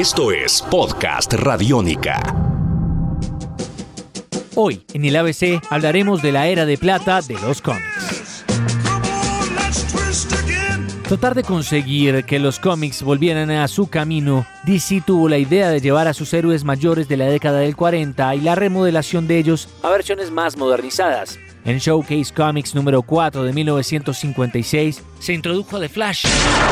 Esto es Podcast Radiónica. Hoy, en el ABC, hablaremos de la era de plata de los cómics. Tratar de conseguir que los cómics volvieran a su camino, DC tuvo la idea de llevar a sus héroes mayores de la década del 40 y la remodelación de ellos a versiones más modernizadas. En Showcase Comics número 4 de 1956 se introdujo The Flash.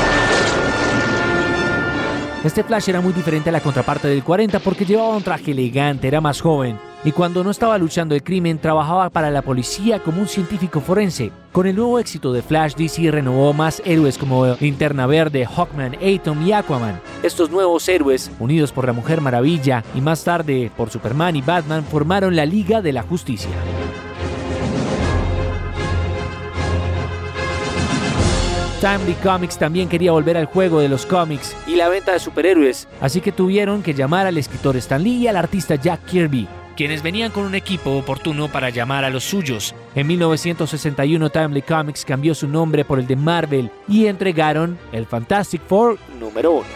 Este Flash era muy diferente a la contraparte del 40 porque llevaba un traje elegante, era más joven y cuando no estaba luchando el crimen trabajaba para la policía como un científico forense. Con el nuevo éxito de Flash, DC renovó más héroes como Linterna Verde, Hawkman, Atom y Aquaman. Estos nuevos héroes, unidos por la Mujer Maravilla y más tarde por Superman y Batman, formaron la Liga de la Justicia. Timely Comics también quería volver al juego de los cómics y la venta de superhéroes, así que tuvieron que llamar al escritor Stan Lee y al artista Jack Kirby, quienes venían con un equipo oportuno para llamar a los suyos. En 1961 Timely Comics cambió su nombre por el de Marvel y entregaron el Fantastic Four número 1.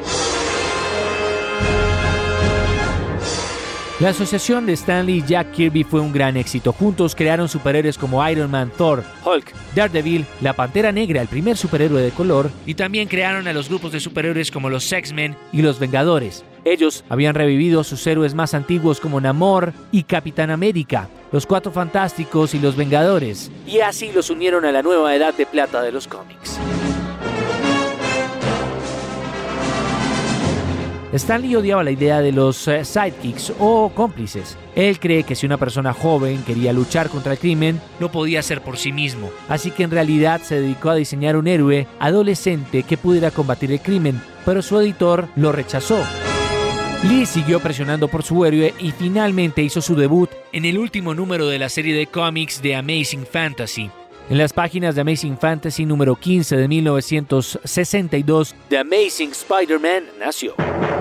La asociación de Stan Lee y Jack Kirby fue un gran éxito. Juntos crearon superhéroes como Iron Man, Thor, Hulk, Daredevil, la Pantera Negra, el primer superhéroe de color, y también crearon a los grupos de superhéroes como los X-Men y los Vengadores. Ellos habían revivido a sus héroes más antiguos como Namor y Capitán América, los Cuatro Fantásticos y los Vengadores, y así los unieron a la nueva edad de plata de los cómics. Stan Lee odiaba la idea de los sidekicks o cómplices. Él cree que si una persona joven quería luchar contra el crimen, no podía hacer por sí mismo. Así que en realidad se dedicó a diseñar un héroe adolescente que pudiera combatir el crimen, pero su editor lo rechazó. Lee siguió presionando por su héroe y finalmente hizo su debut en el último número de la serie de cómics de Amazing Fantasy. En las páginas de Amazing Fantasy número 15 de 1962, The Amazing Spider-Man nació.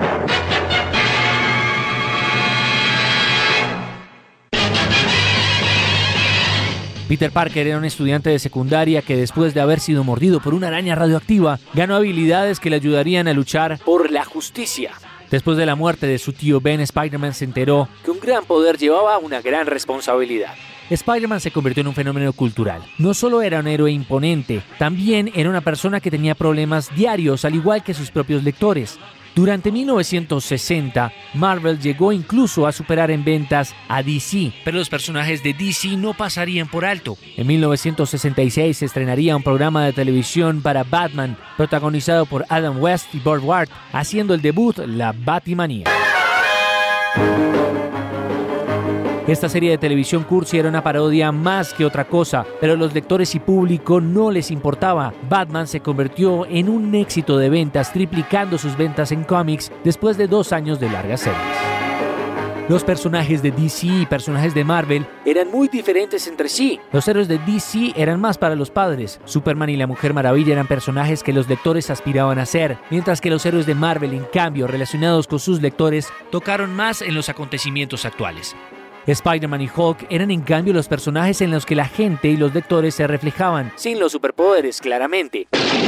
Peter Parker era un estudiante de secundaria que después de haber sido mordido por una araña radioactiva, ganó habilidades que le ayudarían a luchar por la justicia. Después de la muerte de su tío Ben, Spider-Man se enteró que un gran poder llevaba una gran responsabilidad. Spider-Man se convirtió en un fenómeno cultural. No solo era un héroe imponente, también era una persona que tenía problemas diarios, al igual que sus propios lectores. Durante 1960, Marvel llegó incluso a superar en ventas a DC, pero los personajes de DC no pasarían por alto. En 1966 se estrenaría un programa de televisión para Batman, protagonizado por Adam West y Burt Ward, haciendo el debut la Batimanía. Esta serie de televisión cursi era una parodia más que otra cosa, pero a los lectores y público no les importaba. Batman se convirtió en un éxito de ventas, triplicando sus ventas en cómics después de 2 años de largas series. Los personajes de DC y personajes de Marvel eran muy diferentes entre sí. Los héroes de DC eran más para los padres. Superman y la Mujer Maravilla eran personajes que los lectores aspiraban a ser, mientras que los héroes de Marvel, en cambio, relacionados con sus lectores, tocaron más en los acontecimientos actuales. Spider-Man y Hulk eran en cambio los personajes en los que la gente y los lectores se reflejaban, sin los superpoderes, claramente.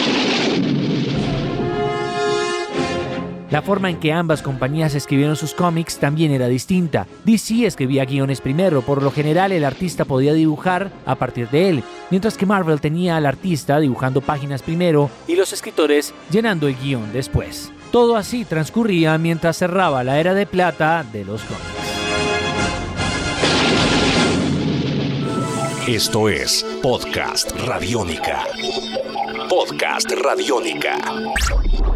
La forma en que ambas compañías escribieron sus cómics también era distinta. DC escribía guiones primero, por lo general el artista podía dibujar a partir de él, mientras que Marvel tenía al artista dibujando páginas primero y los escritores llenando el guión después. Todo así transcurría mientras cerraba la era de plata de los cómics. Esto es Podcast Radiónica. Podcast Radiónica.